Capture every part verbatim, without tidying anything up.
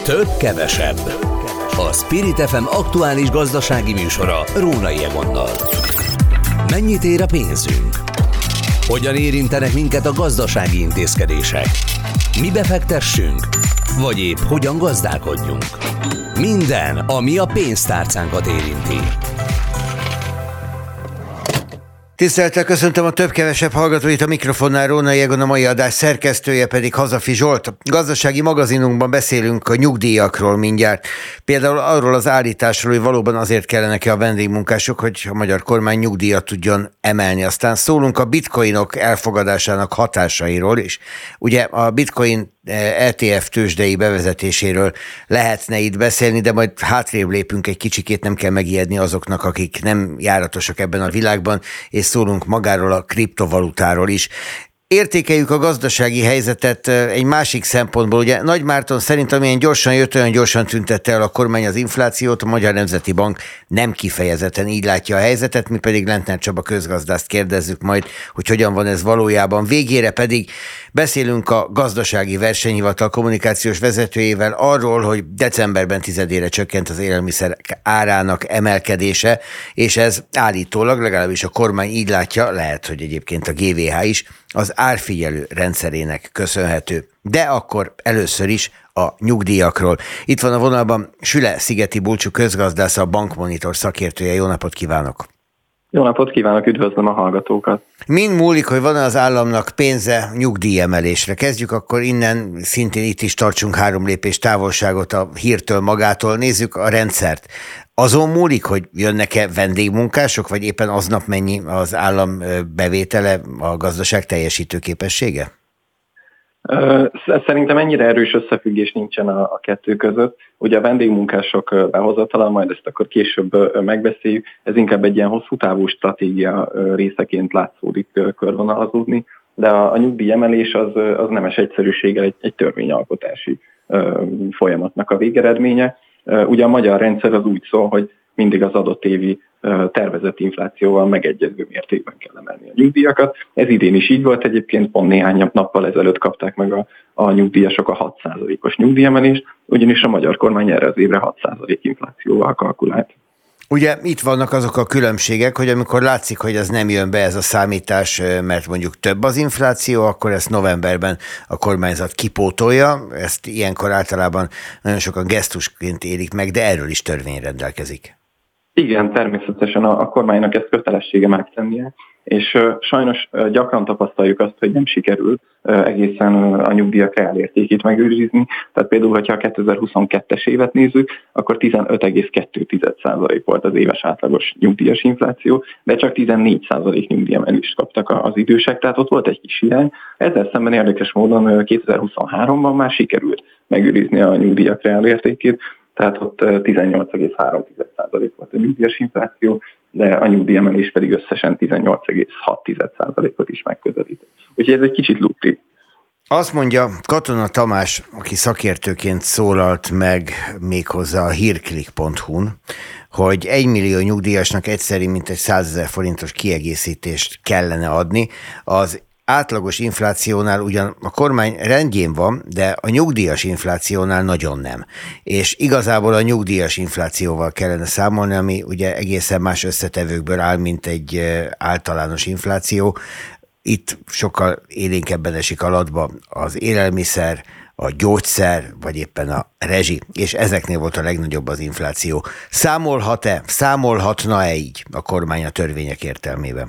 Több kevesebb. A Spirit ef em aktuális gazdasági műsora Rónai Egonnal. Mennyit ér a pénzünk? Hogyan érintenek minket a gazdasági intézkedések? Mi befektessünk? Vagy épp hogyan gazdálkodjunk? Minden, ami a pénztárcánkat érinti. Tisztelettel köszöntöm a több-kevesebb hallgatóit, a mikrofonnál Rónai Egon, a mai adás szerkesztője pedig Hazafi Zsolt. A gazdasági magazinunkban beszélünk a nyugdíjakról mindjárt. Például arról az állításról, hogy valóban azért kellenek-e a vendégmunkások, hogy a magyar kormány nyugdíjat tudjon emelni. Aztán szólunk a bitcoinok elfogadásának hatásairól is. Ugye a bitcoin é té ef tőzsdei bevezetéséről lehetne itt beszélni, de majd hátrébb lépünk egy kicsikét, nem kell megijedni azoknak, akik nem járatosak ebben a világban, és szólunk magáról a kriptovalutáról is. Értékeljük a gazdasági helyzetet egy másik szempontból. Ugye Nagy Márton szerint, amilyen gyorsan jött, olyan gyorsan tüntette el a kormány az inflációt, a Magyar Nemzeti Bank nem kifejezetten így látja a helyzetet, mi pedig Lentner Csaba közgazdászt kérdezzük majd, hogy hogyan van ez valójában. Végére pedig beszélünk a Gazdasági Versenyhivatal kommunikációs vezetőjével arról, hogy decemberben tizedére csökkent az élelmiszer árának emelkedése, és ez állítólag, legalábbis a kormány így látja, lehet, hogy egyébként a gé vé há is, az árfigyelő rendszerének köszönhető. De akkor először is a nyugdíjakról. Itt van a vonalban Süle Szigeti Bulcsú közgazdász, a Bankmonitor szakértője. Jó napot kívánok! Jó napot kívánok, üdvözlöm a hallgatókat! Mind múlik, hogy van az államnak pénze nyugdíjemelésre. Kezdjük akkor innen, szintén itt is tartsunk három lépés távolságot a hírtől magától. Nézzük a rendszert. Azon múlik, hogy jönnek-e vendégmunkások, vagy éppen aznap mennyi az állam bevétele, a gazdaság teljesítő képessége? Szerintem ennyire erős összefüggés nincsen a, a kettő között. Ugye a vendégmunkások behozatala, majd ezt akkor később megbeszéljük, ez inkább egy ilyen hosszú távú stratégia részeként látszódik körvonalazódni, de a, a nyugdíjemelés az, az nemes egyszerűséggel egy, egy törvényalkotási folyamatnak a végeredménye. Ugye a magyar rendszer az úgy szól, hogy mindig az adott évi tervezett inflációval megegyező mértékben kell emelni a nyugdíjakat. Ez idén is így volt egyébként, pont néhány nappal ezelőtt kapták meg a, a nyugdíjasok a hat százalékos nyugdíjemelést, ugyanis a magyar kormány erre az évre hat százalék inflációval kalkulált. Ugye itt vannak azok a különbségek, hogy amikor látszik, hogy ez nem jön be ez a számítás, mert mondjuk több az infláció, akkor ezt novemberben a kormányzat kipótolja, ezt ilyenkor általában nagyon sokan gesztusként élik meg, de erről is törvény rendelkezik. Igen, természetesen a, a kormánynak ezt kötelessége megtennie, és uh, sajnos uh, gyakran tapasztaljuk azt, hogy nem sikerül uh, egészen uh, a nyugdíjak reálértékét megőrizni. Tehát például, hogyha a kétezer-huszonkettes évet nézzük, akkor tizenöt egész kettő százalék volt az éves átlagos nyugdíjas infláció, de csak tizennégy százalék nyugdíjemelést kaptak az idősek, tehát ott volt egy kis hiány. Ezzel szemben érdekes módon uh, kétezer-huszonháromban már sikerült megőrizni a nyugdíjak reálértékét, tehát ott tizennyolc egész három százalék volt a nyugdíjas infláció, de a nyugdíjemelés pedig összesen tizennyolc egész hat százalékot is megközelít. Úgyhogy ez egy kicsit lukti. Azt mondja Katona Tamás, aki szakértőként szólalt meg méghozzá a hírklik pont hu-n, hogy egymillió nyugdíjasnak egyszerű mintegy százezer forintos kiegészítést kellene adni. Az átlagos inflációnál ugyan a kormány rendjén van, de a nyugdíjas inflációnál nagyon nem. És igazából a nyugdíjas inflációval kellene számolni, ami ugye egészen más összetevőkből áll, mint egy általános infláció. Itt sokkal élénkebben esik alatba az élelmiszer, a gyógyszer, vagy éppen a rezsi, és ezeknél volt a legnagyobb az infláció. Számolhat-e, számolhatna-e így a kormány a törvények értelmében?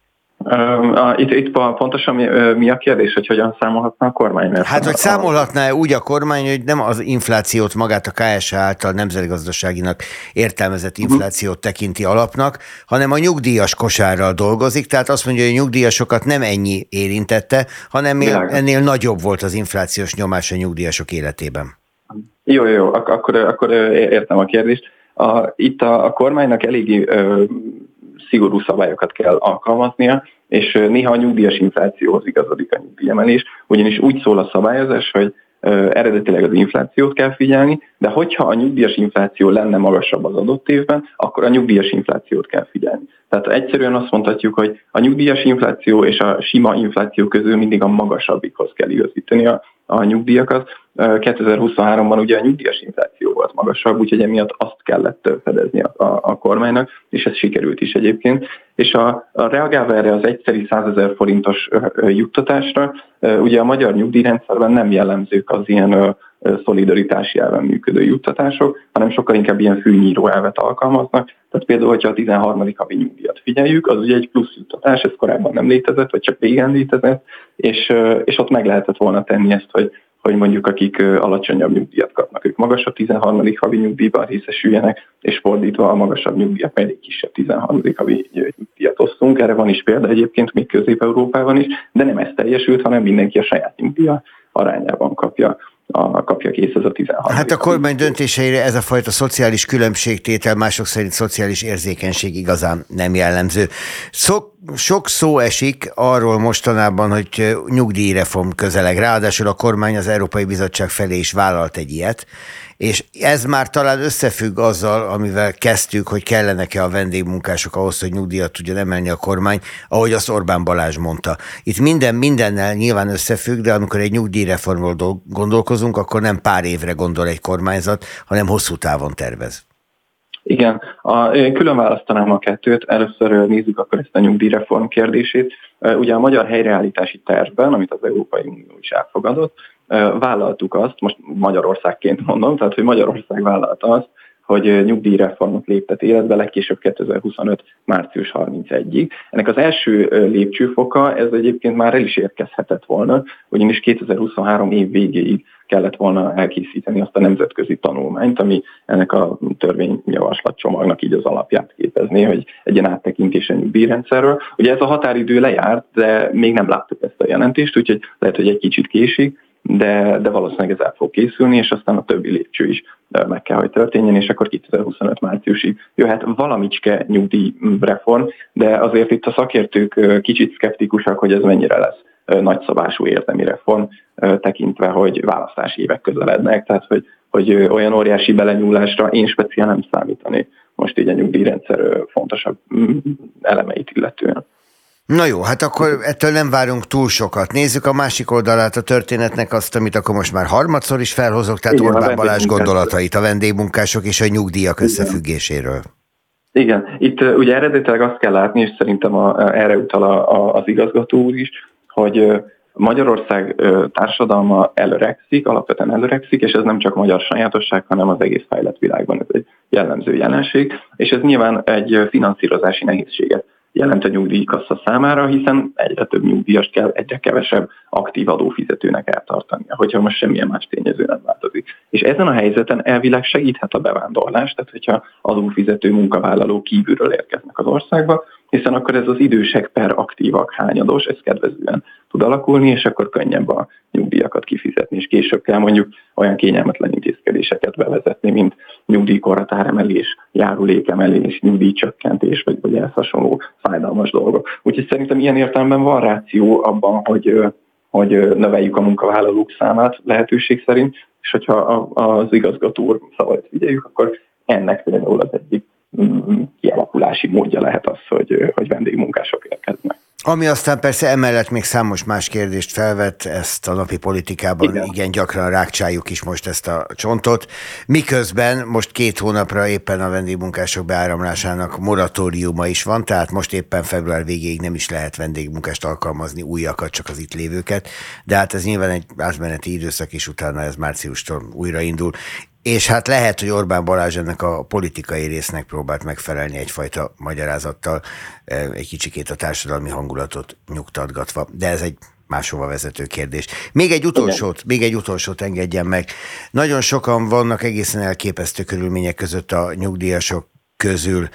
Uh, itt, itt pontosan mi, mi a kérdés, hogy hogyan számolhatna a kormány? Mert hát, hogy számolhatná úgy a kormány, hogy nem az inflációt magát a ká es há által nemzetgazdaságinak értelmezett inflációt tekinti alapnak, hanem a nyugdíjas kosárral dolgozik, tehát azt mondja, hogy a nyugdíjasokat nem ennyi érintette, hanem Világos. ennél nagyobb volt az inflációs nyomás a nyugdíjasok életében. Jó, jó, ak- akkor, akkor értem a kérdést. A, itt a, a kormánynak eléggé ö, szigorú szabályokat kell alkalmaznia, és néha a nyugdíjas inflációhoz igazodik a nyugdíjemelés, ugyanis úgy szól a szabályozás, hogy eredetileg az inflációt kell figyelni, de hogyha a nyugdíjas infláció lenne magasabb az adott évben, akkor a nyugdíjas inflációt kell figyelni. Tehát egyszerűen azt mondhatjuk, hogy a nyugdíjas infláció és a sima infláció közül mindig a magasabbikhoz kell igazítani a, a nyugdíjakat. kétezer-huszonháromban ugye a nyugdíjas infláció volt magasabb, úgyhogy emiatt azt kellett fedezni a, a, a kormánynak, és ez sikerült is egyébként. És a, a reagálva erre az egyszeri százezer forintos juttatásra, ugye a magyar nyugdíjrendszerben nem jellemzők az ilyen szolidaritási elven működő juttatások, hanem sokkal inkább ilyen fűnyíró elvet alkalmaznak. Tehát például, hogyha a tizenharmadik havi nyugdíjat figyeljük, az ugye egy plusz juttatás, ez korábban nem létezett, vagy csak régen létezett, és, és ott meg lehetett volna tenni ezt, hogy hogy mondjuk akik alacsonyabb nyugdíjat kapnak, ők magasabb tizenharmadik havi nyugdíjban részesüljenek, és fordítva a magasabb nyugdíjak pedig kisebb tizenharmadik havi nyugdíjat osztunk. Erre van is példa egyébként még Közép-Európában is, de nem ez teljesült, hanem mindenki a saját nyugdíja arányában kapja. A, kapja kész ez a tizenharmadik Hát a kormány döntéseire ez a fajta szociális különbségtétel, mások szerint szociális érzékenység igazán nem jellemző. Szok, sok szó esik arról mostanában, hogy nyugdíjreform közeleg. Ráadásul a kormány az Európai Bizottság felé is vállalt egy ilyet, és ez már talán összefügg azzal, amivel kezdtük, hogy kellenek-e a vendégmunkások ahhoz, hogy nyugdíjat tudjon emelni a kormány, ahogy azt Orbán Balázs mondta. Itt minden mindennel nyilván összefügg, de amikor egy nyugdíjreformról gondolkozunk, akkor nem pár évre gondol egy kormányzat, hanem hosszú távon tervez. Igen, a, én külön választanám a kettőt. Először nézzük akkor ezt a nyugdíjreform kérdését. Ugye a magyar helyreállítási tervben, amit az Európai Unió is elfogadott, vállaltuk azt, most Magyarországként mondom, tehát hogy Magyarország vállalta azt, hogy nyugdíjreformot léptet életbe legkésőbb kétezer-huszonöt. március harmincegyedikéig. Ennek az első lépcsőfoka, ez egyébként már el is érkezhetett volna, ugyanis kétezer-huszonhárom év végéig kellett volna elkészíteni azt a nemzetközi tanulmányt, ami ennek a törvényjavaslatcsomagnak így az alapját képezné, hogy egy ilyen áttekintés a nyugdíjrendszerről. Ugye ez a határidő lejárt, de még nem láttuk ezt a jelentést, úgyhogy lehet, hogy egy kicsit késik, de, de valószínűleg ez el fog készülni, és aztán a többi lépcső is meg kell, hogy történjen, és akkor kétezer-huszonöt. márciusig jöhet valamicske nyugdíjreform, de azért itt a szakértők kicsit szkeptikusak, hogy ez mennyire lesz nagyszabású érdemi reform, tekintve, hogy választási évek közelednek, tehát hogy, hogy olyan óriási belenyúlásra én speciál nem számítani most így a nyugdíjrendszer fontosabb elemeit illetően. Na jó, hát akkor ettől nem várunk túl sokat. Nézzük a másik oldalát a történetnek, azt, amit akkor most már harmadszor is felhozok, tehát Igen, Orbán Balázs gondolatait a vendégmunkások és a nyugdíjak Igen. összefüggéséről. Igen, itt ugye eredetileg azt kell látni, és szerintem a, erre utal a, a, az igazgató úr is, hogy Magyarország társadalma előregszik, alapvetően előregszik, és ez nem csak magyar sajátosság, hanem az egész fejlett világban ez egy jellemző jelenség, és ez nyilván egy finanszírozási nehézséget jelent a nyugdíjkassa számára, hiszen egyre több nyugdíjast kell egyre kevesebb aktív adófizetőnek eltartania, hogyha most semmilyen más tényező nem változik. És ezen a helyzeten elvileg segíthet a bevándorlás, tehát hogyha adófizető munkavállalók kívülről érkeznek az országba, hiszen akkor ez az idősek per aktívak hányados, ez kedvezően tud alakulni, és akkor könnyebb a nyugdíjakat kifizetni, és később kell mondjuk olyan kényelmetlen intézkedéseket bevezetni, mint nyugdíjkorhatáremelés, járulékemelés, nyugdíjcsökkentés, vagy, vagy ehhez hasonló fájdalmas dolgok. Úgyhogy szerintem ilyen értelemben van ráció abban, hogy, hogy növeljük a munkavállalók számát lehetőség szerint, és hogyha az igazgató úr szavait figyeljük, akkor ennek például az egyik kialakulási módja lehet az, hogy, hogy vendégmunkások érkeznek. Ami aztán persze emellett még számos más kérdést felvet, ezt a napi politikában igen, igen gyakran rákcsáljuk is most ezt a csontot, miközben most két hónapra éppen a vendégmunkások beáramlásának moratóriuma is van, tehát most éppen február végéig nem is lehet vendégmunkást alkalmazni, újakat, csak az itt lévőket, de hát ez nyilván egy átmeneti időszak, és utána ez márciustól újraindul. És hát lehet, hogy Orbán Balázs ennek a politikai résznek próbált megfelelni egyfajta magyarázattal, egy kicsikét a társadalmi hangulatot nyugtatgatva, de ez egy máshova vezető kérdés. Még egy utolsót, még egy utolsót engedjen meg. Nagyon sokan vannak egészen elképesztő körülmények között a nyugdíjasok közül.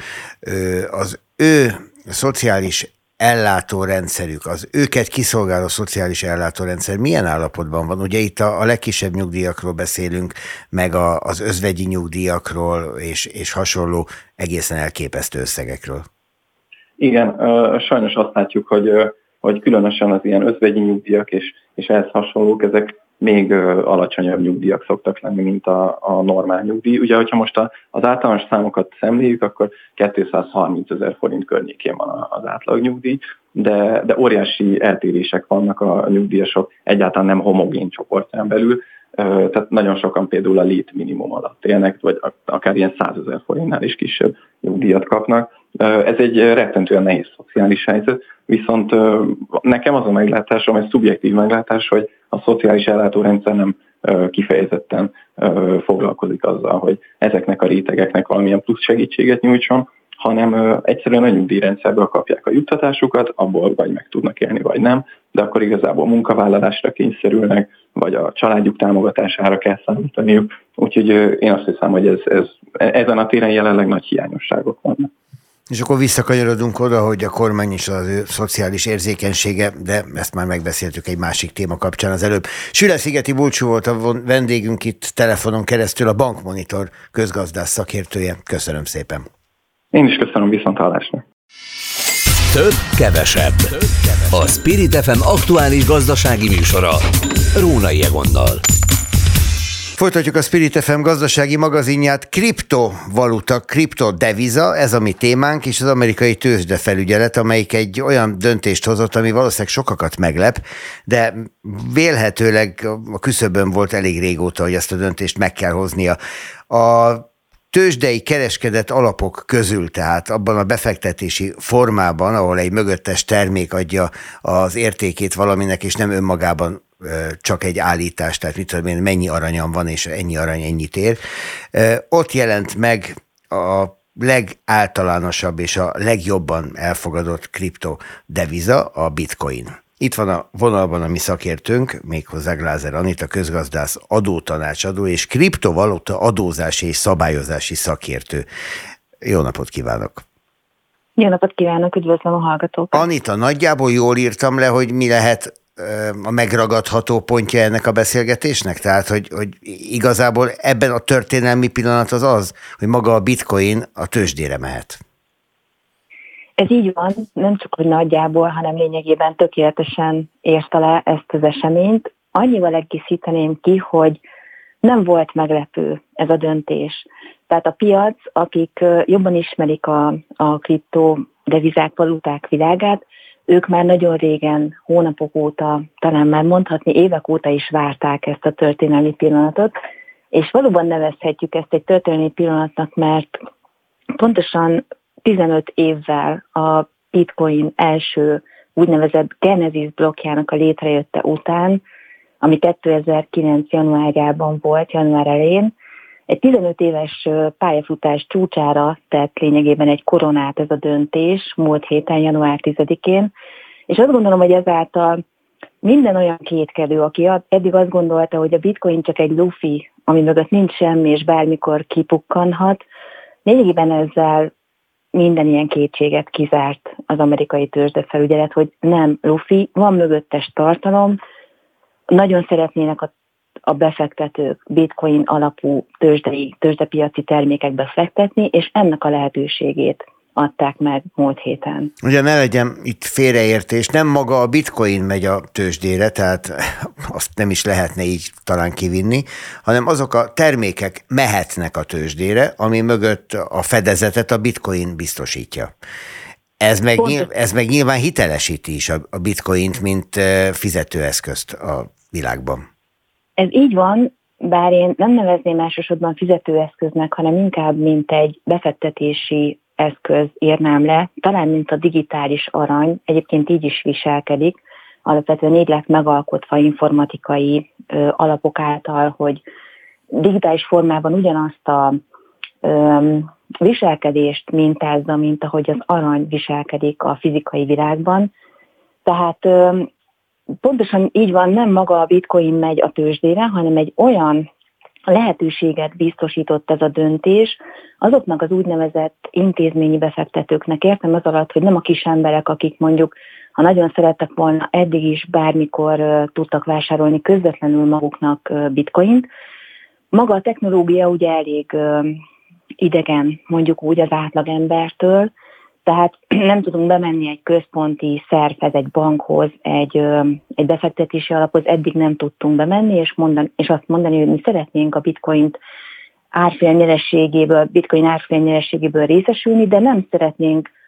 Az ő szociális ellátórendszerük, az őket kiszolgáló szociális ellátórendszer milyen állapotban van? Ugye itt a, a legkisebb nyugdíjakról beszélünk, meg a, az özvegyi nyugdíjakról, és, és hasonló egészen elképesztő összegekről. Igen, sajnos azt látjuk, hogy, hogy különösen az ilyen özvegyi nyugdíjak és, és ehhez hasonlók, ezek még alacsonyabb nyugdíjak szoktak lenni, mint a, a normál nyugdíj. Ugye, hogyha most a, az általános számokat szemléljük, akkor kétszázharminc ezer forint környékén van az átlag nyugdíj, de, de óriási eltérések vannak a nyugdíjasok, egyáltalán nem homogén csoportján belül, tehát nagyon sokan például a lét minimum alatt élnek, vagy akár ilyen százezer forintnál is kisebb nyugdíjat kapnak. Ez egy rettentően nehéz szociális helyzet, viszont nekem az a meglátásom, egy szubjektív meglátás, hogy a szociális ellátórendszer nem kifejezetten foglalkozik azzal, hogy ezeknek a rétegeknek valamilyen plusz segítséget nyújtson, hanem egyszerűen a nyugdíjrendszerből kapják a juttatásukat, abból vagy meg tudnak élni, vagy nem, de akkor igazából munkavállalásra kényszerülnek, vagy a családjuk támogatására kell számítaniuk. Úgyhogy én azt hiszem, hogy ez, ez, ezen a téren jelenleg nagy hiányosságok vannak. És akkor visszakanyarodunk oda, hogy a kormány is az ő szociális érzékenysége, de ezt már megbeszéltük egy másik téma kapcsán az előbb. Süle-Szigeti Bulcsú volt a vendégünk itt telefonon keresztül, a Bankmonitor közgazdász szakértője. Köszönöm szépen. Én is köszönöm, viszonthallásra. Több, kevesebb. A Spirit ef em aktuális gazdasági műsora Rónai Egonnal. Folytatjuk a Spirit ef em gazdasági magazinját. Kriptovaluta, kriptodeviza, ez a mi témánk, és az amerikai tőzsdefelügyelet, amelyik egy olyan döntést hozott, ami valószínűleg sokakat meglep, de vélhetőleg a küszöbön volt elég régóta, hogy ezt a döntést meg kell hoznia. A tőzsdei kereskedett alapok közül, tehát abban a befektetési formában, ahol egy mögöttes termék adja az értékét valaminek, és nem önmagában csak egy állítás, tehát mit tudom én, mennyi aranyam van, és ennyi arany ennyit ér. Ott jelent meg a legáltalánosabb és a legjobban elfogadott kriptodeviza, a bitcoin. Itt van a vonalban a mi szakértőnk, méghozzá Glázer Anita, közgazdász, adótanácsadó és kriptovaluta adózási és szabályozási szakértő. Jó napot kívánok! Jó napot kívánok, üdvözlöm a hallgatókat! Anita, nagyjából jól írtam le, hogy mi lehet a megragadható pontja ennek a beszélgetésnek? Tehát, hogy, hogy igazából ebben a történelmi pillanat az az, hogy maga a bitcoin a tőzsdére mehet. Ez így van, nem csak hogy nagyjából, hanem lényegében tökéletesen érte le ezt az eseményt. Annyival egészíteném ki, hogy nem volt meglepő ez a döntés. Tehát a piac, akik jobban ismerik a, a kriptodevizák, valuták világát, ők már nagyon régen, hónapok óta, talán már mondhatni évek óta is várták ezt a történelmi pillanatot, és valóban nevezhetjük ezt egy történelmi pillanatnak, mert pontosan tizenöt évvel a bitcoin első úgynevezett Genesis blokkjának a létrejötte után, ami kétezer-kilenc januárjában volt, január elején, egy tizenöt éves pályafutás csúcsára tett lényegében egy koronát ez a döntés múlt héten, január tizedikén, és azt gondolom, hogy ezáltal minden olyan kétkedő, aki eddig azt gondolta, hogy a bitcoin csak egy lufi, ami mögött nincs semmi, és bármikor kipukkanhat, lényegében ezzel minden ilyen kétséget kizárt az amerikai tőzsdefelügyelet, hogy nem lufi, van mögöttes tartalom, nagyon szeretnének a, a befektetők bitcoin alapú tőzsdei, tőzsdepiaci termékekbe fektetni, és ennek a lehetőségét adták meg múlt héten. Ugye ne legyen itt félreértés, nem maga a bitcoin megy a tőzsdére, tehát azt nem is lehetne így talán kivinni, hanem azok a termékek mehetnek a tőzsdére, ami mögött a fedezetet a bitcoin biztosítja. Ez meg, nyilván, ez meg nyilván hitelesíti is a bitcoint, mint fizetőeszközt a világban. Ez így van, bár én nem nevezném elsősorban fizetőeszköznek, hanem inkább mint egy befektetési eszköz írnám le, talán mint a digitális arany, egyébként így is viselkedik, alapvetően így lett megalkotva informatikai ö, alapok által, hogy digitális formában ugyanazt a ö, viselkedést mintázza, mint ahogy az arany viselkedik a fizikai világban. Tehát ö, pontosan így van, nem maga a bitcoin megy a tőzsdére, hanem egy olyan lehetőséget biztosított ez a döntés azoknak az úgynevezett intézményi befektetőknek. Értem az alatt, hogy nem a kis emberek, akik mondjuk, ha nagyon szerettek volna, eddig is bármikor uh, tudtak vásárolni közvetlenül maguknak uh, bitcoint. Maga a technológia ugye elég uh, idegen, mondjuk úgy az átlagembertől, tehát nem tudunk bemenni egy központi szervhez, egy bankhoz, egy, egy befektetési alaphoz, eddig nem tudtunk bemenni, és, mondani, és azt mondani, hogy mi szeretnénk a bitcoint árfolyam nyerességéből, bitcoin árfolyam nyerességéből részesülni, de nem szeretnénk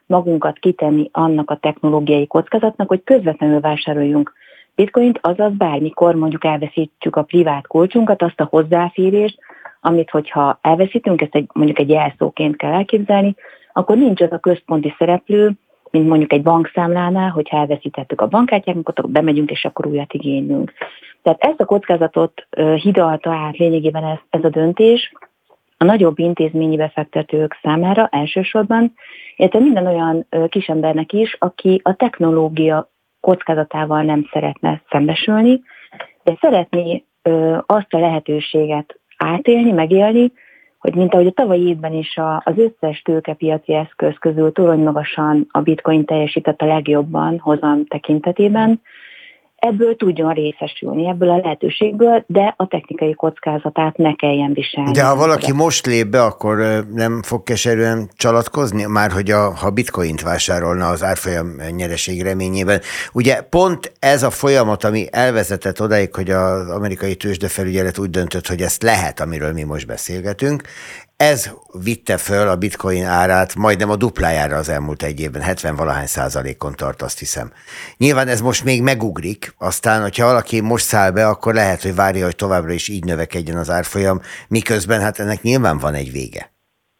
magunkat kitenni annak a technológiai kockázatnak, hogy közvetlenül vásároljunk bitcoint, azaz bármikor mondjuk elveszítjük a privát kulcsunkat, azt a hozzáférést, amit hogyha elveszítünk, ezt egy, mondjuk egy jelszóként kell elképzelni, akkor nincs az a központi szereplő, mint mondjuk egy bankszámlánál, hogyha elveszítettük a bankkártyánkat, akkor bemegyünk, és akkor újat igénylünk. Tehát ezt a kockázatot uh, hidalta át lényegében ez, ez a döntés a nagyobb intézményi befektetők számára elsősorban, illetve minden olyan uh, kisembernek is, aki a technológia kockázatával nem szeretne szembesülni, de szeretné uh, azt a lehetőséget átélni, megélni, hogy mint ahogy a tavalyi évben is a, az összes tőkepiaci eszköz közül torony magasan a bitcoin teljesített a legjobban hozam tekintetében, ebből tudjon részesülni, ebből a lehetőségből, de a technikai kockázatát ne kelljen viselni. De ha valaki most lép be, akkor nem fog keserűen csalatkozni? Már hogy a, ha bitcoint vásárolna az árfolyam nyereség reményében. Ugye pont ez a folyamat, ami elvezetett odáig, hogy az amerikai tőzsdefelügyelet úgy döntött, hogy ezt lehet, amiről mi most beszélgetünk, ez vitte föl a bitcoin árát majdnem a duplájára az elmúlt egy évben, hetven-valahány százalékon tart, azt hiszem. Nyilván ez most még megugrik, aztán, hogyha valaki most száll be, akkor lehet, hogy várja, hogy továbbra is így növekedjen az árfolyam, miközben hát ennek nyilván van egy vége.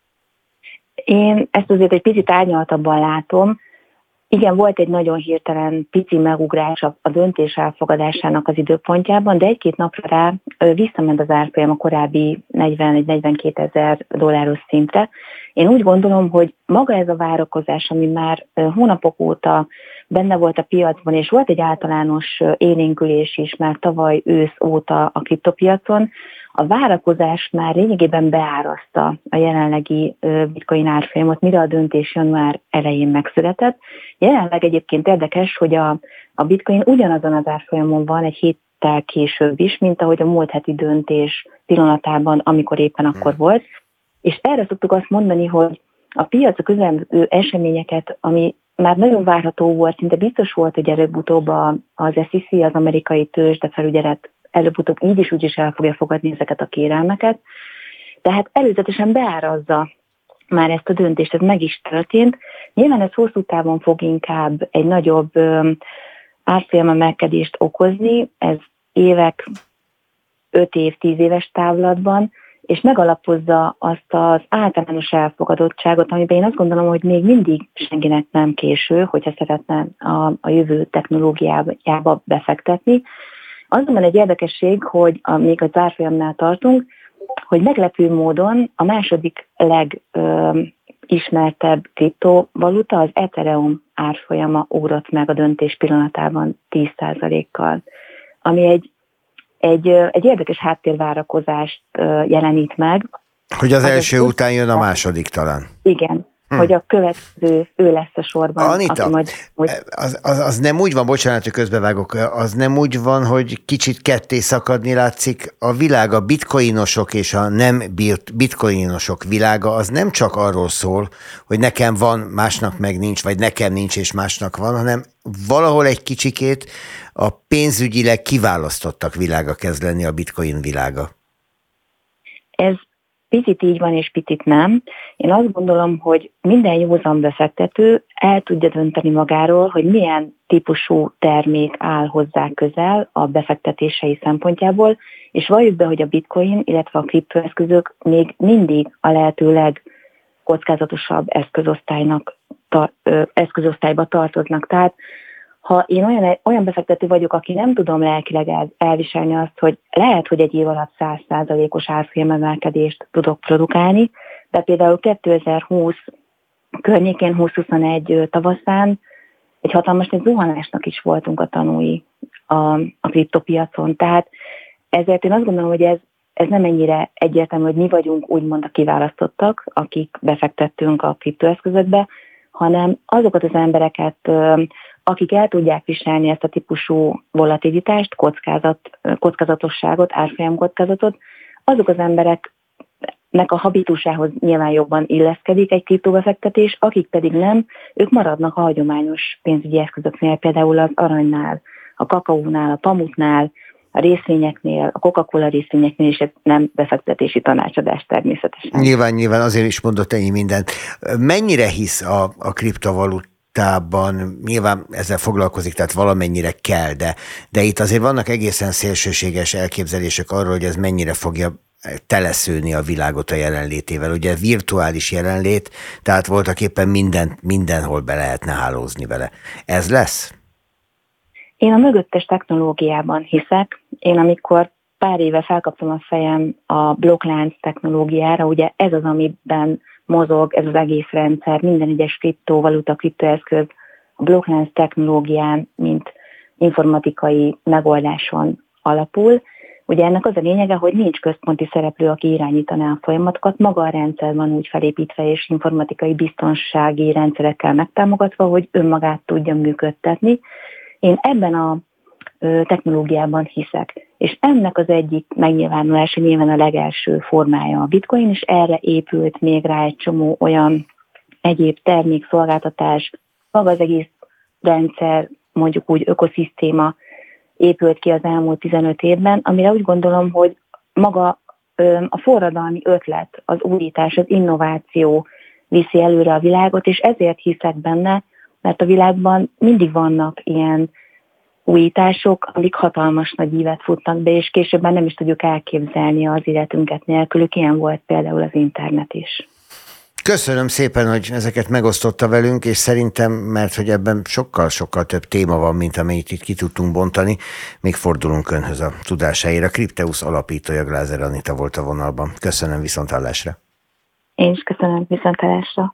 Én ezt azért egy picit árnyaltabban látom. Igen, volt egy nagyon hirtelen pici megugrás a döntés elfogadásának az időpontjában, de egy-két napra rá visszament az árfolyam a korábbi negyven-negyvenkét ezer dolláros szintre. Én úgy gondolom, hogy maga ez a várakozás, ami már hónapok óta benne volt a piacban, és volt egy általános élénkülés is már tavaly ősz óta a kriptopiacon, a várakozás már lényegében beáraszta a jelenlegi bitcoin árfolyamot, mire a döntés január elején megszületett. Jelenleg egyébként érdekes, hogy a, a bitcoin ugyanazon az árfolyamon van egy héttel később is, mint ahogy a múlt heti döntés pillanatában, amikor éppen akkor volt. És erre szoktuk azt mondani, hogy a piac a közelmúló eseményeket, ami már nagyon várható volt, szinte biztos volt, hogy előbb-utóbb az es e cé, az amerikai tőzsdefelügyelet előbb-utóbb így is úgy is el fogja fogadni ezeket a kérelmeket. Tehát előzetesen beárazza már ezt a döntést, ez meg is történt. Nyilván ez hosszú távon fog inkább egy nagyobb árfolyamemelkedést okozni, ez évek, öt év, tíz éves távlatban, és megalapozza azt az általános elfogadottságot, amiben én azt gondolom, hogy még mindig senkinek nem késő, hogyha szeretne a, a jövő technológiájába befektetni. Azonban egy érdekesség, hogy még az árfolyamnál tartunk, hogy meglepő módon a második legismertebb kriptovaluta, az Ethereum árfolyama ugrott meg a döntés pillanatában tíz százalékkal, ami egy, egy, egy érdekes háttérvárakozást jelenít meg. Hogy az, az első az után jön a második talán. Igen. Hm. hogy a következő ő lesz a sorban. Anita, majd, hogy... az, az, az nem úgy van, bocsánat, hogy közbevágok, az nem úgy van, hogy kicsit ketté szakadni látszik a világ, a bitcoinosok és a nem bitcoinosok világa, az nem csak arról szól, hogy nekem van, másnak meg nincs, vagy nekem nincs és másnak van, hanem valahol egy kicsikét a pénzügyileg kiválasztottak világa kezd lenni a bitcoin világa. Ez picit így van, és picit nem. Én azt gondolom, hogy minden józan befektető el tudja dönteni magáról, hogy milyen típusú termék áll hozzá közel a befektetései szempontjából, és valljuk be, hogy a bitcoin, illetve a kriptoeszközök még mindig a lehető legkockázatosabb eszközosztálynak, tar- eszközosztályba tartoznak. Tehát ha én olyan, olyan befektető vagyok, aki nem tudom lelkileg el, elviselni azt, hogy lehet, hogy egy év alatt száz százalékos árfolyamemelkedést tudok produkálni, de például kétezer-húsz környékén, húsz-huszonegy tavaszán egy hatalmas egy zuhanásnak is voltunk a tanúi a, a kriptopiacon. Tehát ezért én azt gondolom, hogy ez, ez nem ennyire egyértelmű, hogy mi vagyunk úgymond a kiválasztottak, akik befektettünk a kriptoeszközökbe, hanem azokat az embereket, akik el tudják viselni ezt a típusú volatilitást, kockázat, kockázatosságot, árfolyamkockázatot, azok az embereknek a habitusához nyilván jobban illeszkedik egy kriptobefektetés, akik pedig nem, ők maradnak a hagyományos pénzügyi eszközöknél, például az aranynál, a kakaónál, a pamutnál, a részvényeknél, a Coca-Cola részvényeknél is ez nem befektetési tanácsadás természetesen. Nyilván, nyilván azért is mondott ennyi mindent. Mennyire hisz a, a kriptovalutában? Nyilván ezzel foglalkozik, tehát valamennyire kell, de, de itt azért vannak egészen szélsőséges elképzelések arról, hogy ez mennyire fogja teleszőni a világot a jelenlétével. Ugye virtuális jelenlét, tehát voltak éppen minden, mindenhol be lehetne hálózni vele. Ez lesz? Én a mögöttes technológiában hiszek. Én amikor pár éve felkaptam a fejem a blokklánc technológiára, ugye ez az, amiben mozog ez az egész rendszer, minden egyes kriptovaluta, kriptoeszköz a blokklánc technológián, mint informatikai megoldáson alapul. Ugye ennek az a lényege, hogy nincs központi szereplő, aki irányítaná a folyamatokat, maga a rendszer van úgy felépítve és informatikai biztonsági rendszerekkel megtámogatva, hogy önmagát tudja működtetni. Én ebben a technológiában hiszek, és ennek az egyik megnyilvánulása nyilván a legelső formája a bitcoin, és erre épült még rá egy csomó olyan egyéb termék, szolgáltatás, maga az egész rendszer, mondjuk úgy ökoszisztéma épült ki az elmúlt tizenöt évben, amire úgy gondolom, hogy maga a forradalmi ötlet, az újítás, az innováció viszi előre a világot, és ezért hiszek benne, mert a világban mindig vannak ilyen újítások, amik hatalmas nagy ívet futnak be, és később már nem is tudjuk elképzelni az életünket nélkülük. Ilyen volt például az internet is. Köszönöm szépen, hogy ezeket megosztotta velünk, és szerintem, mert hogy ebben sokkal-sokkal több téma van, mint amennyit itt ki tudtunk bontani, még fordulunk önhöz a tudásáért. A Crypteus alapítója Glázer Anita volt a vonalban. Köszönöm, viszonthallásra. Én is köszönöm, viszonthallásra.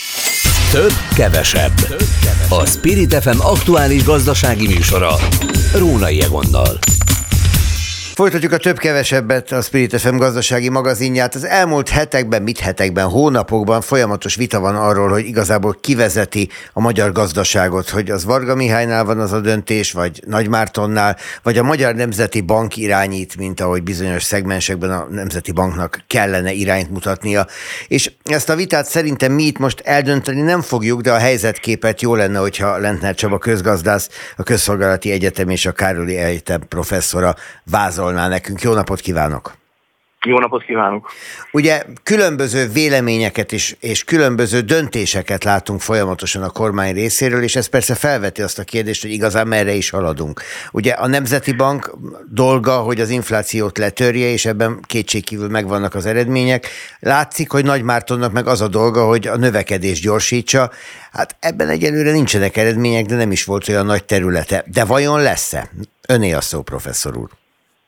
Több, kevesebb. A Spirit ef em aktuális gazdasági műsora Rónai Egonnal. Folytatjuk a több-kevesebbet, a Spirit ef em gazdasági magazinját. Az elmúlt hetekben, mit hetekben, hónapokban folyamatos vita van arról, hogy igazából kivezeti a magyar gazdaságot, hogy az Varga Mihálynál van az a döntés, vagy Nagymártonnál, vagy a Magyar Nemzeti Bank irányít, mint ahogy bizonyos szegmensekben a Nemzeti Banknak kellene irányt mutatnia. És ezt a vitát szerintem mi itt most eldönteni nem fogjuk, de a helyzetképet jó lenne, hogyha Lentner Csaba közgazdász, a Közszolgálati Egyetem és a Károli Egyetem professzora vázol nekünk. Jó napot kívánok! Jó napot kívánok! Ugye különböző véleményeket is, és különböző döntéseket látunk folyamatosan a kormány részéről, és ez persze felveti azt a kérdést, hogy igazán merre is haladunk. Ugye a Nemzeti Bank dolga, hogy az inflációt letörje, és ebben kétségkívül megvannak az eredmények. Látszik, hogy Nagymártonnak meg az a dolga, hogy a növekedést gyorsítsa. Hát ebben egyelőre nincsenek eredmények, de nem is volt olyan nagy területe. De vajon lesz-e? Öné a szó, professzor úr.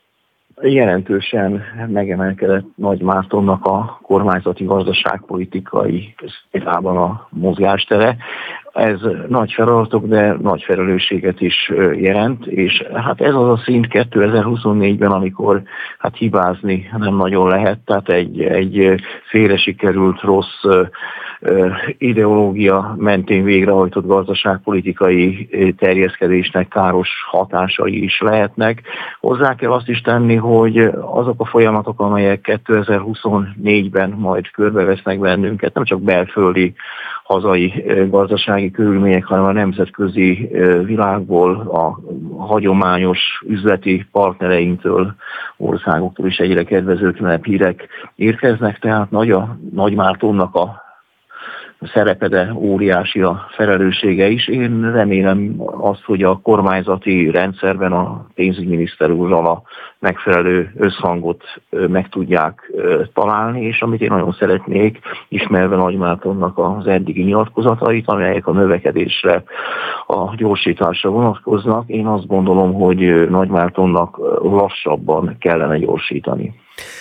Jelentősen megemelkedett Nagymártonnak a kormányzati gazdaságpolitikai középában a mozgástere. Ez nagy feladatok, de nagy felelősséget is jelent, és hát ez az a szint kétezer-huszonnégyben, amikor hát hibázni nem nagyon lehet, tehát egy, egy félre sikerült rossz ideológia mentén végrehajtott gazdaságpolitikai terjeszkedésnek káros hatásai is lehetnek. Hozzá kell azt is tenni, hogy azok a folyamatok, amelyek kétezer-huszonnégyben majd körbevesznek bennünket, nem csak belföldi hazai gazdasági körülmények, hanem a nemzetközi világból, a hagyományos üzleti partnereinktől, országoktól is egyre kedvezőtlenebb hírek érkeznek, tehát nagy a Nagymártonnak a szerepe, de óriási a felelőssége is. Én remélem azt, hogy a kormányzati rendszerben a pénzügyminiszter úrral a megfelelő összhangot meg tudják találni, és amit én nagyon szeretnék, ismerve Nagymártonnak az eddigi nyilatkozatait, amelyek a növekedésre, a gyorsításra vonatkoznak, én azt gondolom, hogy Nagymártonnak lassabban kellene gyorsítani.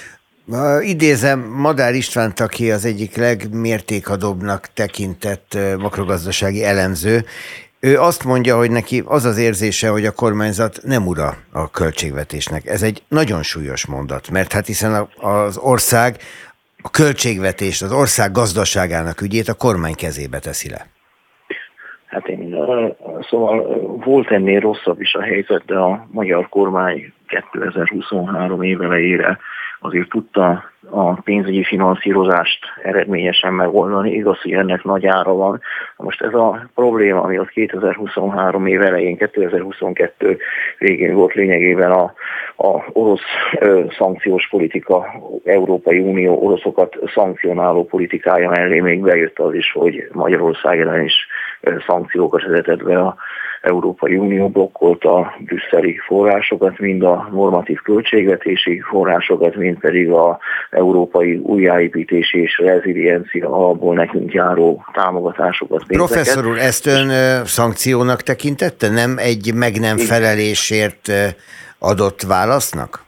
Idézem Madár Istvánt, aki az egyik legmértékadóbbnak tekintett makrogazdasági elemző. Ő azt mondja, hogy neki az az érzése, hogy a kormányzat nem ura a költségvetésnek. Ez egy nagyon súlyos mondat, mert hát hiszen az ország a költségvetést, az ország gazdaságának ügyét a kormány kezébe teszi le. Hát én, szóval volt ennél rosszabb is a helyzet, de a magyar kormány kétezer-huszonhárom év elejére azért tudta a pénzügyi finanszírozást eredményesen megoldani. Igaz, hogy ennek nagy ára van. Most ez a probléma, ami ott kétezer-huszonhárom év elején, kétezer-huszonkettő végén volt lényegében a, a orosz ö, szankciós politika, Európai Unió oroszokat szankcionáló politikája mellé még bejött az is, hogy Magyarország ellen is ö, szankciókat vezetett be a Európai Unió, blokkolta a brüsszeli forrásokat, mind a normatív költségvetési forrásokat, mind pedig a európai újjáépítési és reziliencia alapból nekünk járó támogatásokat. Pénzeket. Professzor úr, ezt ön szankciónak tekintette? Nem egy meg nem felelésért adott válasznak?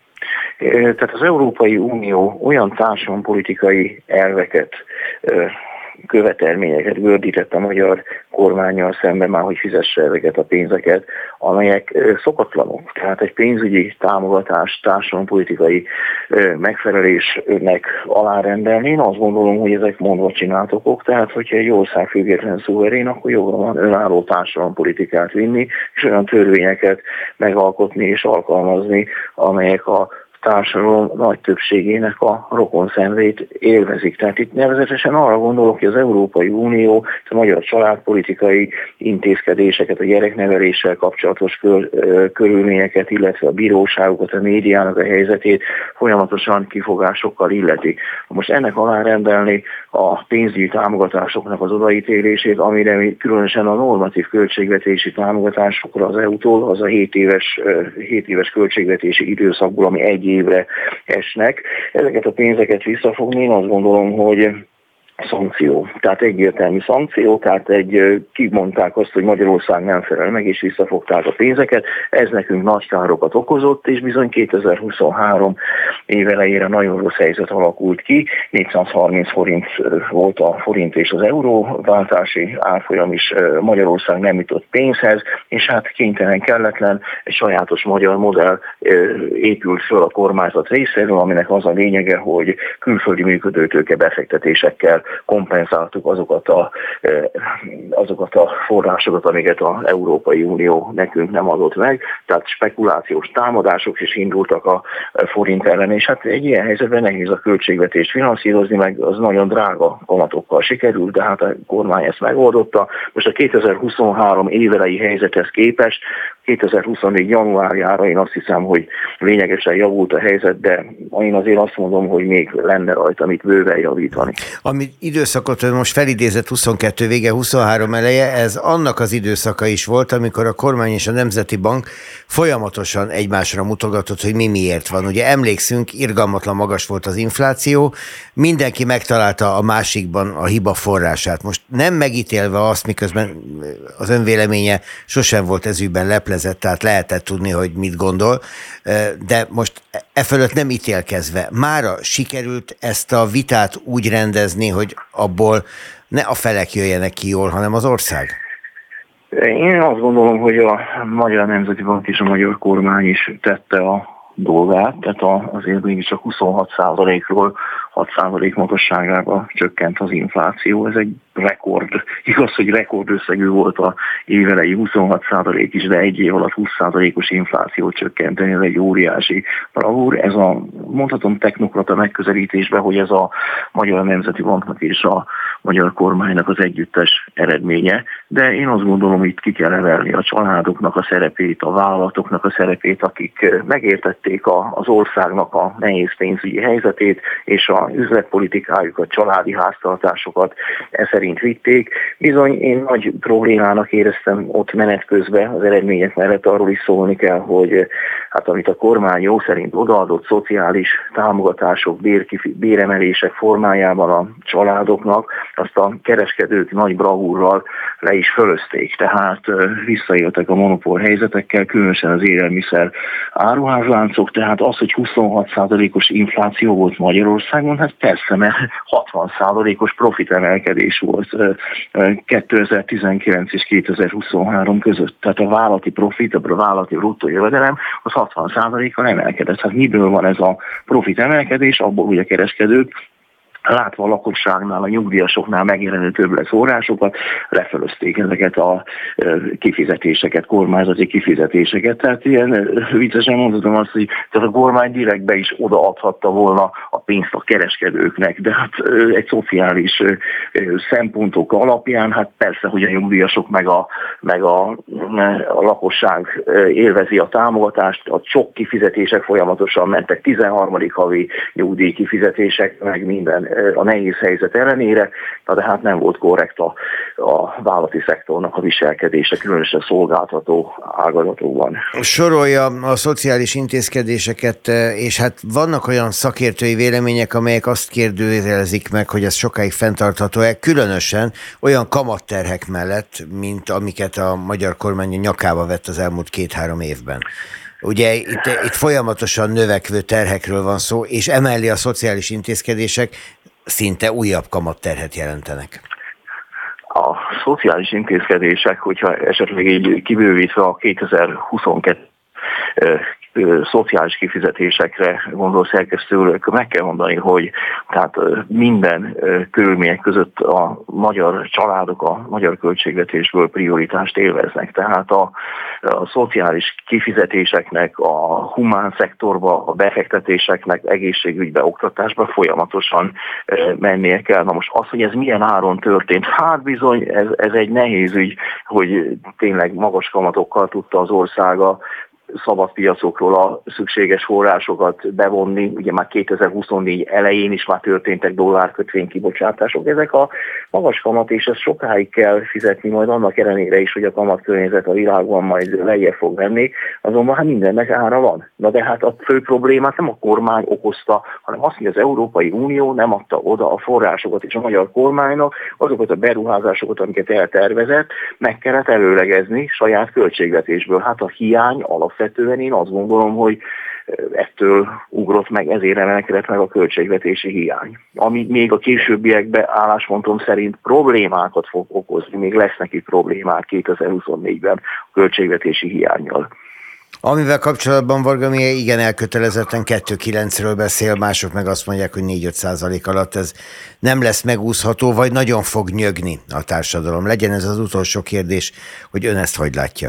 Tehát az Európai Unió olyan társadalompolitikai elveket, követelményeket gördített a magyar kormánnyal szemben már, hogy fizesse ezeket a pénzeket, amelyek szokatlanok. Tehát egy pénzügyi támogatás, társadalompolitikai megfelelésnek alárendelni. Én azt gondolom, hogy ezek mondva csináltokok, tehát hogyha egy ország független szuverén, akkor joga van önálló társadalompolitikát vinni, és olyan törvényeket megalkotni és alkalmazni, amelyek a társadalom nagy többségének a rokonszenvét élvezik. Tehát itt nevezetesen arra gondolok, hogy az Európai Unió a magyar családpolitikai intézkedéseket, a gyerekneveléssel kapcsolatos kör, körülményeket, illetve a bíróságokat, a médiának a helyzetét folyamatosan kifogásokkal illeti. Most ennek alárendelni a pénzügyi támogatásoknak az odaítélését, amire különösen a normatív költségvetési támogatásokra az é u-tól, az a hét éves, hét éves költségvetési időszakból, ami egy évre esnek. Ezeket a pénzeket visszafogni, én azt gondolom, hogy szankció. Tehát egyértelmű szankció, tehát egy, kimondták azt, hogy Magyarország nem felel meg, és visszafogták a pénzeket. Ez nekünk nagy károkat okozott, és bizony kétezer-huszonhárom év elejére nagyon rossz helyzet alakult ki. négyszázharminc forint volt a forint és az euró váltási árfolyam is, Magyarország nem jutott pénzhez, és hát kénytelen, kelletlen, egy sajátos magyar modell épült föl a kormányzat részéről, aminek az a lényege, hogy külföldi működőtőke befektetésekkel kompenzáltuk azokat a, azokat a forrásokat, amiket az Európai Unió nekünk nem adott meg, tehát spekulációs támadások is indultak a forint ellen, és hát egy ilyen helyzetben nehéz a költségvetést finanszírozni, meg az nagyon drága kamatokkal sikerült, de hát a kormány ezt megoldotta. Most a kétezer-huszonhárom évelei helyzethez képest kétezer-huszonnégy januárjára én azt hiszem, hogy lényegesen javult a helyzet, de én azért azt mondom, hogy még lenne rajta mit bőven javítani. Ami időszakot most felidézett huszonkettő vége, huszonhárom eleje, ez annak az időszaka is volt, amikor a kormány és a Nemzeti Bank folyamatosan egymásra mutogatott, hogy mi miért van. Ugye emlékszünk, irgalmatlan magas volt az infláció, mindenki megtalálta a másikban a hiba forrását. Most nem megítélve azt, miközben az önvéleménye sosem volt ezügyben leplezett, tehát lehetett tudni, hogy mit gondol, de most e fölött nem ítélkezve. Mára sikerült ezt a vitát úgy rendezni, hogy abból ne a felek jöjjenek ki jól, hanem az ország? Én azt gondolom, hogy a Magyar Nemzeti Bank és a magyar kormány is tette a dolgát, tehát azért mégiscsak huszonhat százalékról hat százalék magasságába csökkent az infláció. Ez egy rekord. Igaz, hogy rekordösszegű volt a évelei huszonhat százalék is, de egy év alatt húsz százalékos inflációt csökkenteni, ez egy óriási bravúr. Ez a, mondhatom, technokrata megközelítésben, hogy ez a Magyar Nemzeti Banknak és a magyar kormánynak az együttes eredménye, de én azt gondolom, itt ki kell emelni a családoknak a szerepét, a vállalatoknak a szerepét, akik megértették a, az országnak a nehéz pénzügyi helyzetét, és a üzletpolitikájukat, családi háztartásokat e szerint vitték. Bizony én nagy problémának éreztem ott menet közben az eredmények mellett, arról is szólni kell, hogy hát amit a kormány jó szerint odaadott szociális támogatások, bérkifi, béremelések formájában a családoknak, azt a kereskedők nagy bravúrral le is fölözték. Tehát visszaéltek a monopól helyzetekkel, különösen az élelmiszer áruházláncok, tehát az, hogy huszonhat százalékos infláció volt Magyarországon, hát persze, mert hatvan százalékos profitemelkedés volt kétezer-tizenkilenc és kétezer-huszonhárom között. Tehát a vállalati profit, a vállalati bruttó jövedelem az hatvan százalékkal emelkedett. Hát miből van ez a profitemelkedés? Abból, hogy a kereskedők látva a lakosságnál, a nyugdíjasoknál megjelenő többletforrásokat, lefölözték ezeket a kifizetéseket, kormányzati kifizetéseket. Tehát ilyen viccesen mondhatom azt, hogy tehát a kormány direktbe is odaadhatta volna a pénzt a kereskedőknek, de hát egy szociális szempontok alapján, hát persze, hogy a nyugdíjasok meg a, meg a, a lakosság élvezi a támogatást, a sok kifizetések folyamatosan mentek, tizenharmadik havi nyugdíj kifizetések, meg minden a nehéz helyzet ellenére, de hát nem volt korrekt a, a vállalati szektornak a viselkedése, különösen szolgáltató ágazatokban. Sorolja a szociális intézkedéseket, és hát vannak olyan szakértői vélemények, amelyek azt kérdőjelezik meg, hogy ez sokáig fenntartható-e, különösen olyan kamatterhek mellett, mint amiket a magyar kormány nyakába vett az elmúlt két-három évben. Ugye itt, itt folyamatosan növekvő terhekről van szó, és emellé a szociális intézkedések szinte újabb kamatterhet jelentenek. A szociális intézkedések, hogyha esetleg így kibővítve a kétezer-huszonkettő szociális kifizetésekre gondol szerkesztő, meg kell mondani, hogy tehát minden körülmények között a magyar családok a magyar költségvetésből prioritást élveznek. Tehát a, a szociális kifizetéseknek, a humán szektorba, a befektetéseknek, egészségügybe, oktatásba folyamatosan mennie kell. Na most az, hogy ez milyen áron történt, hát bizony ez, ez egy nehéz ügy, hogy tényleg magas kamatokkal tudta az országa szabad piacokról a szükséges forrásokat bevonni. Ugye már kétezer-huszonnégy elején is már történtek dollárkötvény kibocsátások. Ezek a magas kamat, és ezt sokáig kell fizetni, majd annak ellenére is, hogy a kamatkörnyezet a világban majd lejjebb fog menni, azonban hát mindennek ára van. Na de hát a fő problémát nem a kormány okozta, hanem az, hogy az Európai Unió nem adta oda a forrásokat, és a magyar kormánynak azokat a beruházásokat, amiket eltervezett, meg kellett előlegezni saját költségvetésből. Hát a hiány alapvetően én azt gondolom, hogy ettől ugrott meg, ezért emelkedett meg a költségvetési hiány. Ami még a későbbiekben álláspontom szerint problémákat fog okozni, még lesz neki problémák kétezer-huszonnégyben a költségvetési hiánnyal. Amivel kapcsolatban Varga Mihály igen elkötelezetten kettő egész kilencről beszél, mások meg azt mondják, hogy négy-öt százalék alatt ez nem lesz megúszható, vagy nagyon fog nyögni a társadalom. Legyen ez az utolsó kérdés, hogy ön ezt hogy látja?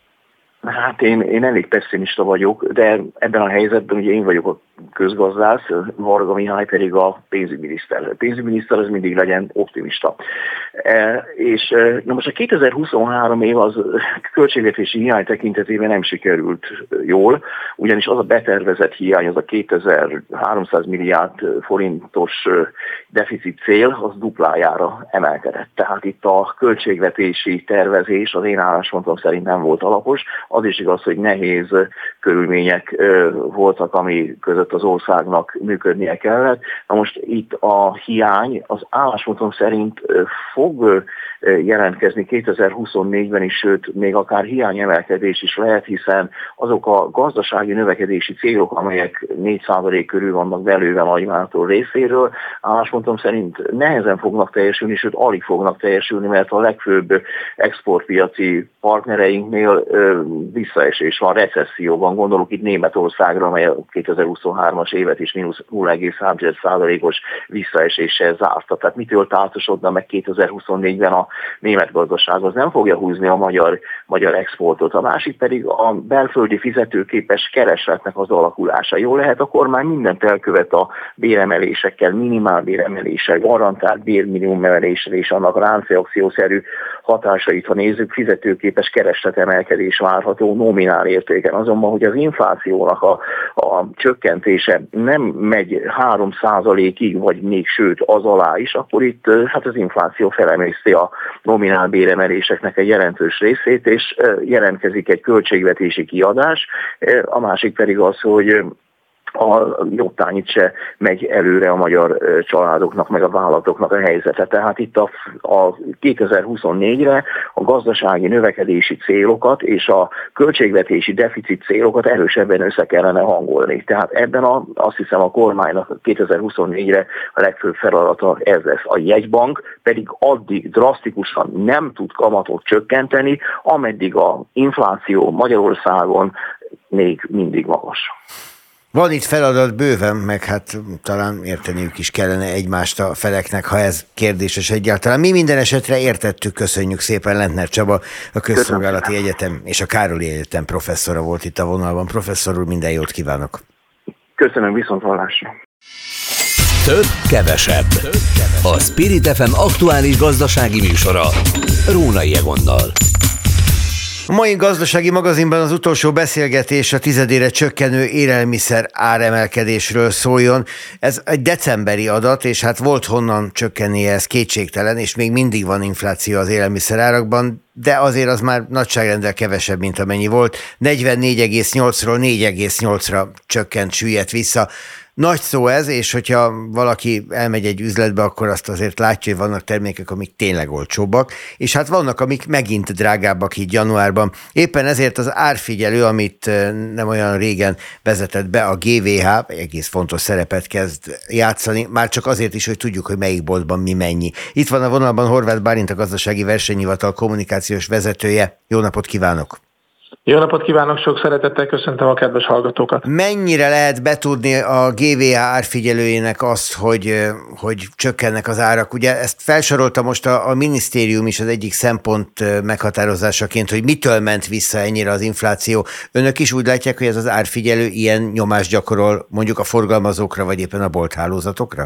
Hát én, én elég pessimista vagyok, de ebben a helyzetben ugye én vagyok a közgazdász, Varga Mihály pedig a pénzügyminiszter. A pénzügyminiszter az mindig legyen optimista. E, és na most a kétezer-huszonhárom év az költségvetési hiány tekintetében nem sikerült jól, ugyanis az a betervezett hiány, az a kétezer-háromszáz milliárd forintos deficit cél, az duplájára emelkedett. Tehát itt a költségvetési tervezés az én álláspontom szerint nem volt alapos. Az is igaz, hogy nehéz körülmények voltak, ami között az országnak működnie kellett. Na most itt a hiány az álláspontom szerint fog jelentkezni kétezer-huszonnégyben is, sőt, még akár hiányemelkedés is lehet, hiszen azok a gazdasági növekedési célok, amelyek négy százalék körül vannak belőve nagyváltó részéről, álláspontom szerint nehezen fognak teljesülni, sőt, alig fognak teljesülni, mert a legfőbb exportpiaci partnereinknél visszaesés van, recesszióban, gondolok itt Németországra, amely a kétezer-huszonhármas évet is mínusz nulla egész három százalékos visszaeséssel zárta. Tehát mitől tátosodna meg kétezer-huszonnégyben a német gazdaság? Az nem fogja húzni a magyar, magyar exportot. A másik pedig a belföldi fizetőképes keresletnek az alakulása. Jó lehet, a kormány mindent elkövet a béremelésekkel, minimál béremeléssel, garantált bérminimumemeléssel és annak ráncreakciószerű hatásait, ha nézzük, fizetőképes keresletemelkedés várható nominál értéken. Azonban, hogy az inflációnak a, a csökkentése nem megy három százalékig, vagy még sőt az alá is, akkor itt hát az infláció felemészti a nominál béremeléseknek egy jelentős részét, és jelentkezik egy költségvetési kiadás. A másik pedig az, hogy a jobbtányit se megy előre a magyar családoknak, meg a vállalatoknak a helyzete. Tehát itt a, a kétezer-huszonnégyre a gazdasági növekedési célokat és a költségvetési deficit célokat erősebben össze kellene hangolni. Tehát ebben a, azt hiszem a kormánynak kétezer-huszonnégyre a legfőbb feladata ez lesz. A jegybank pedig addig drasztikusan nem tud kamatot csökkenteni, ameddig a infláció Magyarországon még mindig magas. Van itt feladat bőven, meg hát talán érteniük is kellene egymást a feleknek, ha ez kérdéses egyáltalán. Mi minden esetre értettük, köszönjük szépen. Lentner Csaba, a Közszolgálati Köszönöm. Egyetem és a Károli Egyetem professzora volt itt a vonalban. Professzor úr, minden jót kívánok! Köszönöm, viszont hallásra! Több, kevesebb. A Spirit ef em aktuális gazdasági műsora Rónai Egonnal. A mai gazdasági magazinban az utolsó beszélgetés a tizedére csökkenő élelmiszer áremelkedésről szóljon. Ez egy decemberi adat, és hát volt honnan csökkennie, ez kétségtelen, és még mindig van infláció az élelmiszer árakban, de azért az már nagyságrendel kevesebb, mint amennyi volt. negyvennégy egész nyolcról négy egész nyolcra csökkent, süllyedt vissza. Nagy szó ez, és hogyha valaki elmegy egy üzletbe, akkor azt azért látja, hogy vannak termékek, amik tényleg olcsóbbak, és hát vannak, amik megint drágábbak így januárban. Éppen ezért az árfigyelő, amit nem olyan régen vezetett be, a gé vé há, egész fontos szerepet kezd játszani, már csak azért is, hogy tudjuk, hogy melyik boltban mi mennyi. Itt van a vonalban Horváth Bálint, a Gazdasági Versenyhivatal kommunikációs vezetője. Jó napot kívánok! Jó napot kívánok, sok szeretettel köszöntöm a kedves hallgatókat. Mennyire lehet betudni a gé vé há árfigyelőjének azt, hogy, hogy csökkennek az árak? Ugye ezt felsorolta most a, a minisztérium is az egyik szempont meghatározásaként, hogy mitől ment vissza ennyire az infláció. Önök is úgy látják, hogy ez az árfigyelő ilyen nyomást gyakorol mondjuk a forgalmazókra, vagy éppen a bolthálózatokra?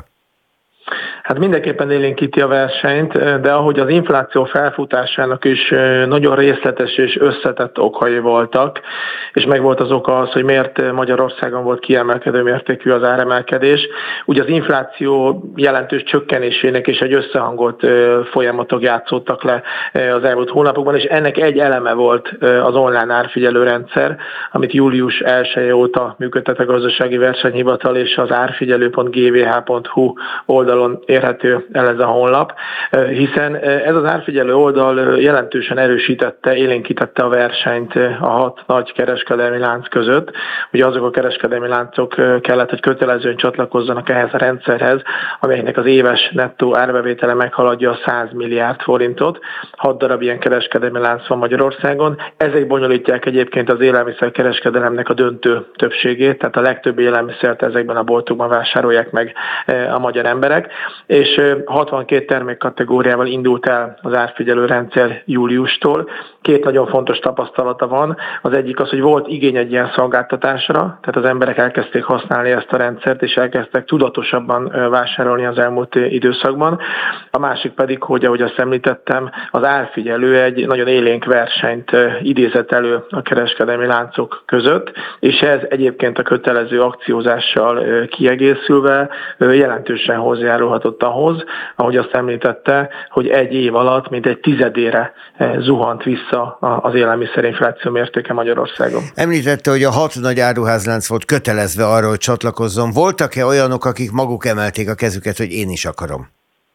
Hát mindenképpen élénkíti a versenyt, de ahogy az infláció felfutásának is nagyon részletes és összetett okai voltak, és meg volt az oka az, hogy miért Magyarországon volt kiemelkedő mértékű az áremelkedés. Ugye az infláció jelentős csökkenésének és egy összehangolt folyamatok játszottak le az elmúlt hónapokban, és ennek egy eleme volt az online árfigyelő rendszer, amit július elseje óta működtet a Gazdasági Versenyhivatal, és az árfigyelő pont gé vé há pont hú oldalon érhető el ez a honlap, hiszen ez az árfigyelő oldal jelentősen erősítette, élénkítette a versenyt a hat nagy kereskedelmi lánc között. Ugye azok a kereskedelmi láncok kellett, hogy kötelezően csatlakozzanak ehhez a rendszerhez, amelynek az éves nettó árbevétele meghaladja a száz milliárd forintot. Hat darab ilyen kereskedelmi lánc van Magyarországon. Ezek bonyolítják egyébként az élelmiszerkereskedelemnek a döntő többségét, tehát a legtöbb élelmiszert ezekben a boltokban vásárolják meg a magyar emberek, és hatvankét termékkategóriával indult el az árfigyelő rendszer júliustól. Két nagyon fontos tapasztalata van. Az egyik az, hogy volt igény egy ilyen szolgáltatásra, tehát az emberek elkezdték használni ezt a rendszert, és elkezdtek tudatosabban vásárolni az elmúlt időszakban. A másik pedig, hogy ahogy azt említettem, az árfigyelő egy nagyon élénk versenyt idézett elő a kereskedelmi láncok között, és ez egyébként a kötelező akciózással kiegészülve jelentősen hozzájárulhatott ahhoz, ahogy azt említette, hogy egy év alatt mint egy tizedére zuhant vissza az élelmiszerinfláció mértéke Magyarországon. Említette, hogy a hat nagy áruházlánc volt kötelezve arra, hogy csatlakozzon. Voltak-e olyanok, akik maguk emelték a kezüket, hogy én is akarom?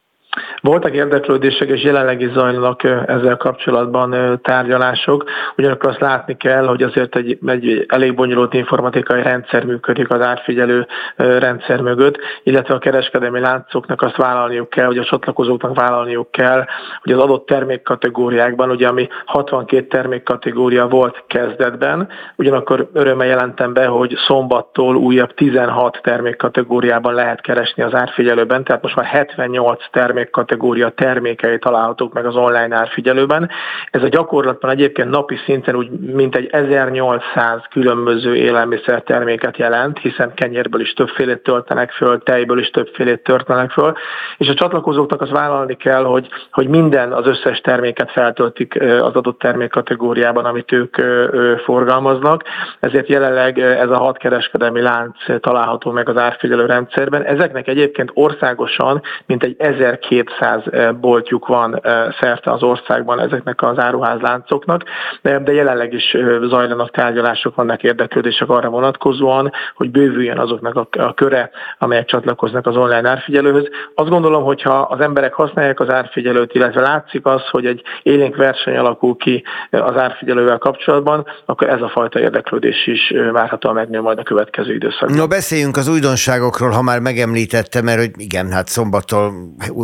Voltak érdeklődések, és jelenleg is zajlanak ezzel kapcsolatban tárgyalások. Ugyanakkor azt látni kell, hogy azért egy, egy elég bonyolult informatikai rendszer működik az árfigyelő rendszer mögött, illetve a kereskedelmi láncoknak azt vállalniuk kell, hogy a csatlakozóknak vállalniuk kell, hogy az adott termékkategóriákban, ugye ami hatvankét termékkategória volt kezdetben, ugyanakkor örömmel jelentem be, hogy szombattól újabb tizenhat termékkategóriában lehet keresni az árfigyelőben, tehát most már hetvennyolc termékkategória termékei találhatók meg az online árfigyelőben. Ez a gyakorlatban egyébként napi szinten úgy mintegy ezernyolcszáz különböző élelmiszer terméket jelent, hiszen kenyérből is többfélét töltenek föl, tejből is többfélét töltenek föl, és a csatlakozóknak azt vállalni kell, hogy, hogy minden, az összes terméket feltöltik az adott termékkategóriában, amit ők forgalmaznak. Ezért jelenleg ez a hat kereskedelmi lánc található meg az árfigyelő rendszerben. Ezeknek egyébként országosan mintegy ezerkétszáz boltjuk van szerte az országban ezeknek az áruházláncoknak, de jelenleg is zajlanak tárgyalások, vannak érdeklődések arra vonatkozóan, hogy bővüljön azoknak a, a köre, amelyek csatlakoznak az online árfigyelőhöz. Azt gondolom, hogyha az emberek használják az árfigyelőt, illetve látszik az, hogy egy élénk verseny alakul ki az árfigyelővel kapcsolatban, akkor ez a fajta érdeklődés is várhatóan megnő majd a következő időszakban. No, beszéljünk az újdonságokról, ha már megemlítette, mert hogy igen, hát szombattól már hetvennyolc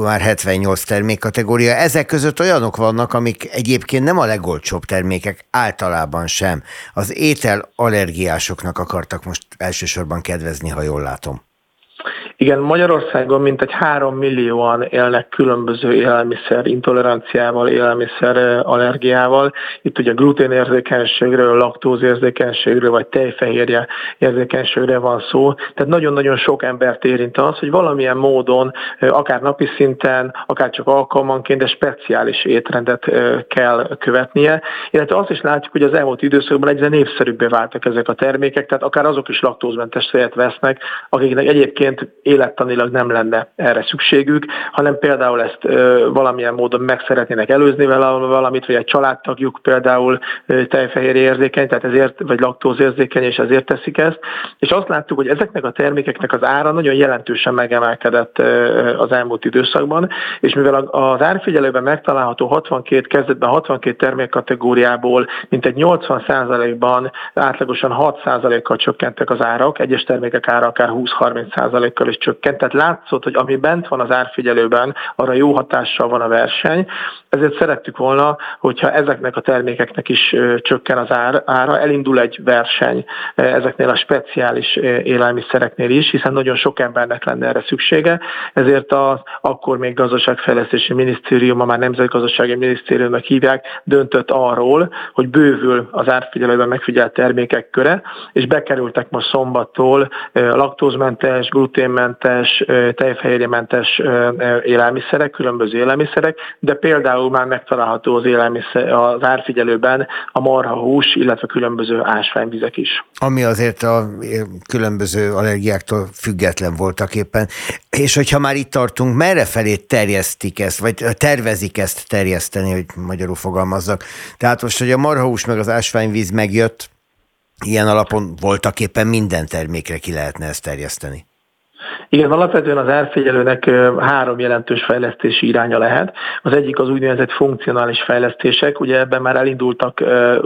hetvennyolc termékkategória. Ezek között olyanok vannak, amik egyébként nem a legolcsóbb termékek, általában sem. Az ételallergiásoknak akartak most elsősorban kedvezni, ha jól látom. Igen, Magyarországon mintegy három millióan élnek különböző élelmiszer intoleranciával, élelmiszer allergiával. Itt ugye gluténérzékenységről, laktózérzékenységről, vagy tejfehérje érzékenységről van szó. Tehát nagyon-nagyon sok embert érint az, hogy valamilyen módon, akár napi szinten, akár csak alkalmanként, de speciális étrendet kell követnie. Illetve azt is látjuk, hogy az elmúlt időszakban egyre népszerűbbé váltak ezek a termékek, tehát akár azok is laktózmentes tejet vesznek, akiknek egyébként élettanilag nem lenne erre szükségük, hanem például ezt ö, valamilyen módon meg szeretnének előzni vele valamit, vagy egy családtagjuk például ö, tejfehérje érzékeny, tehát ezért, vagy laktózérzékeny, és ezért teszik ezt. És azt láttuk, hogy ezeknek a termékeknek az ára nagyon jelentősen megemelkedett ö, az elmúlt időszakban, és mivel az árfigyelőben megtalálható hatvankét, kezdetben hatvankét termékkategóriából mintegy nyolcvan százalékban átlagosan hat százalékkal csökkentek az árak, egyes termékek ára akár húsz-harminc százalékkal is csökkent, tehát látszott, hogy ami bent van az árfigyelőben, arra jó hatással van a verseny, ezért szerettük volna, hogyha ezeknek a termékeknek is csökken az ára, elindul egy verseny ezeknél a speciális élelmiszereknél is, hiszen nagyon sok embernek lenne erre szüksége, ezért az akkor még Gazdaságfejlesztési Minisztérium, ma már Nemzetgazdasági Minisztériumnak hívják, döntött arról, hogy bővül az árfigyelőben megfigyelt termékek köre, és bekerültek most szombattól laktózmentes, gluténmentes, tejfehérjementes élelmiszerek, különböző élelmiszerek, de például már megtalálható az, élelmiszer, az árfigyelőben a marhahús, illetve különböző ásványvizek is. Ami azért a különböző allergiáktól független voltak éppen. És hogyha már itt tartunk, merre felé terjesztik ezt, vagy tervezik ezt terjeszteni, hogy magyarul fogalmazzak. Tehát most, hogy a marhahús meg az ásványvíz megjött, ilyen alapon voltak éppen minden termékre ki lehetne ezt terjeszteni. Igen, alapvetően az árfigyelőnek három jelentős fejlesztési iránya lehet. Az egyik az úgynevezett funkcionális fejlesztések, ugye ebben már elindultak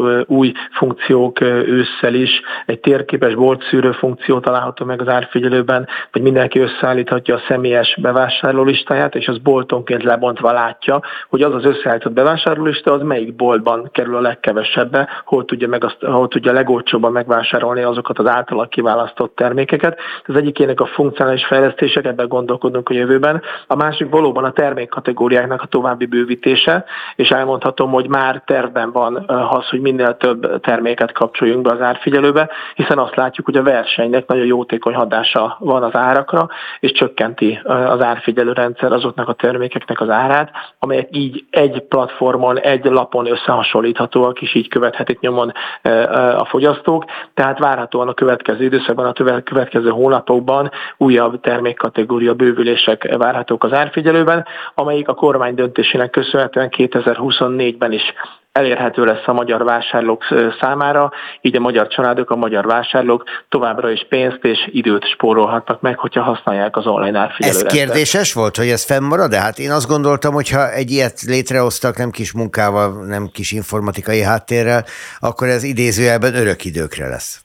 új funkciók ősszel is, egy térképes boltszűrő funkció található meg az árfigyelőben, hogy mindenki összeállíthatja a személyes bevásárlólistáját, és az boltonként lebontva látja, hogy az az összeállított bevásárlólista az melyik boltban kerül a legkevesebbe, hol tudja, meg azt, hol tudja legolcsóbban megvásárolni azokat az általak kiválasztott termékeket. Az egyik a funkcionális fejlesztések, ebben gondolkodunk a jövőben. A másik valóban a termékkategóriáknak a további bővítése, és elmondhatom, hogy már tervben van az, hogy minél több terméket kapcsoljunk be az árfigyelőbe, hiszen azt látjuk, hogy a versenynek nagyon jótékony hatása van az árakra, és csökkenti az árfigyelő rendszer azoknak a termékeknek az árát, amelyek így egy platformon, egy lapon összehasonlíthatóak, és így követhetik nyomon a fogyasztók. Tehát várhatóan a következő időszakban, a következő hónapokban újabb termékkategória bővülések várhatók az árfigyelőben, amelyik a kormány döntésének köszönhetően kétezer-huszonnégyben is elérhető lesz a magyar vásárlók számára, így a magyar családok, a magyar vásárlók továbbra is pénzt és időt spórolhatnak meg, hogyha használják az online árfigyelőrendszert. Ez kérdéses volt, hogy ez fennmarad? De hát én azt gondoltam, hogy ha egy ilyet létrehoztak nem kis munkával, nem kis informatikai háttérrel, akkor ez idézőjelben örök időkre lesz.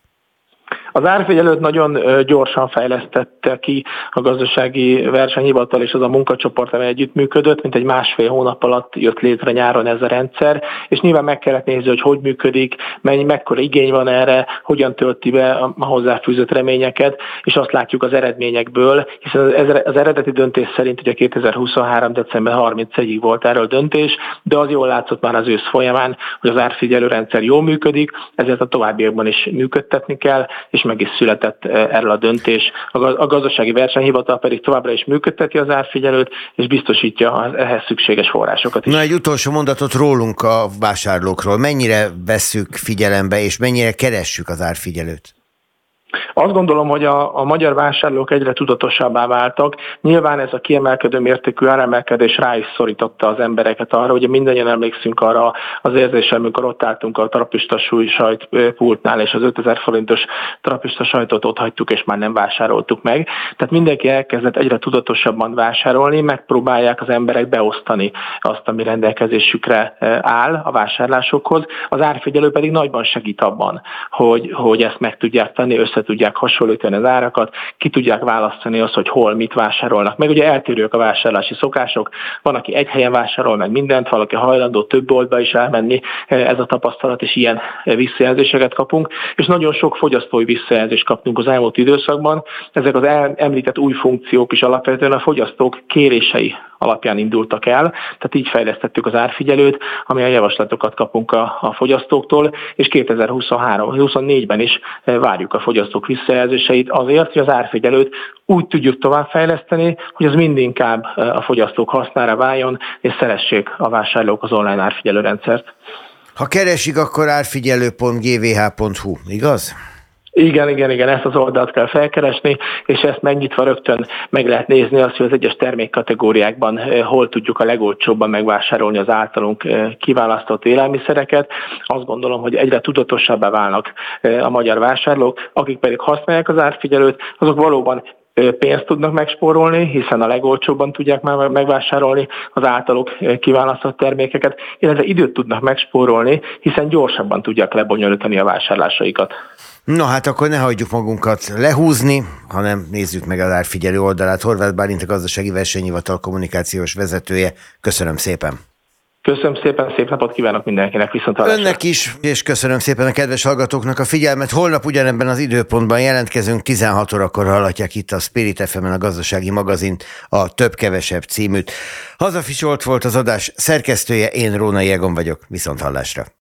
Az árfigyelőt nagyon gyorsan fejlesztette ki a gazdasági versenyhivatal és az a munkacsoport, amely együttműködött, mint egy másfél hónap alatt jött létre nyáron ez a rendszer, és nyilván meg kellett nézni, hogy hogy működik, mennyi, mekkora igény van erre, hogyan tölti be a hozzáfűzött reményeket, és azt látjuk az eredményekből, hiszen az eredeti döntés szerint ugye kétezer-huszonhárom. december harmincegyedikéig volt erről döntés, de az jól látszott már az ősz folyamán, hogy az árfigyelő rendszer jól működik, ezért a továbbiakban is működtetni kell, és meg is született erről a döntés. A gazdasági versenyhivatal pedig továbbra is működteti az árfigyelőt, és biztosítja az ehhez szükséges forrásokat is. Na, egy utolsó mondatot rólunk a vásárlókról. Mennyire vesszük figyelembe, és mennyire keressük az árfigyelőt? Azt gondolom, hogy a, a magyar vásárlók egyre tudatosabbá váltak. Nyilván ez a kiemelkedő mértékű áremelkedés rá is szorította az embereket arra, hogy mindannyian emlékszünk arra az érzésre, amikor ott álltunk a trapista súlysajt pultnál, és az ötezer forintos trapista sajtot ott hagytuk, és már nem vásároltuk meg. Tehát mindenki elkezdett egyre tudatosabban vásárolni, megpróbálják az emberek beosztani azt, ami rendelkezésükre áll a vásárlásokhoz. Az árfigyelő pedig nagyban segít abban, hogy, hogy ezt meg tudják tenni, össze tudják hasonlítani az árakat, ki tudják választani azt, hogy hol mit vásárolnak. Meg ugye eltérőek a vásárlási szokások, van, aki egy helyen vásárol meg mindent, valaki hajlandó több boltba is elmenni, ez a tapasztalat, és ilyen visszajelzéseket kapunk, és nagyon sok fogyasztói visszajelzést kaptunk az elmúlt időszakban. Ezek az említett új funkciók is alapvetően a fogyasztók kérései alapján indultak el, tehát így fejlesztettük az árfigyelőt, amilyen javaslatokat kapunk a, a fogyasztóktól, és kétezer-huszonhárom-huszonnégyben is várjuk a fogyasztók visszajelzéseit azért, hogy az árfigyelőt úgy tudjuk továbbfejleszteni, hogy az mindinkább a fogyasztók hasznára váljon, és szeressék a vásárlók az online árfigyelő rendszert. Ha keresik, akkor árfigyelő pont gé vé há pont hú, igaz? Igen, igen, igen, ezt az oldalt kell felkeresni, és ezt megnyitva rögtön meg lehet nézni azt, hogy az egyes termékkategóriákban hol tudjuk a legolcsóbban megvásárolni az általunk kiválasztott élelmiszereket. Azt gondolom, hogy egyre tudatosabbá válnak a magyar vásárlók, akik pedig használják az árfigyelőt, azok valóban pénzt tudnak megspórolni, hiszen a legolcsóbban tudják már megvásárolni az általuk kiválasztott termékeket, illetve időt tudnak megspórolni, hiszen gyorsabban tudják lebonyolítani a vásárlásaikat. Na hát akkor ne hagyjuk magunkat lehúzni, hanem nézzük meg az árfigyelő oldalát. Horváth Bálint, a Gazdasági Versenyhivatal kommunikációs vezetője. Köszönöm szépen. Köszönöm szépen, szép napot kívánok mindenkinek, viszontlátásra. Önnek is, és köszönöm szépen a kedves hallgatóknak a figyelmet. Holnap ugyanebben az időpontban jelentkezünk, tizenhat órakor hallhatják itt a Spirit ef emen a Gazdasági magazint, a Több-kevesebb címűt. Hazafi Zsolt volt az adás szerkesztője, én Rónai Egon vagyok, viszont hallásra.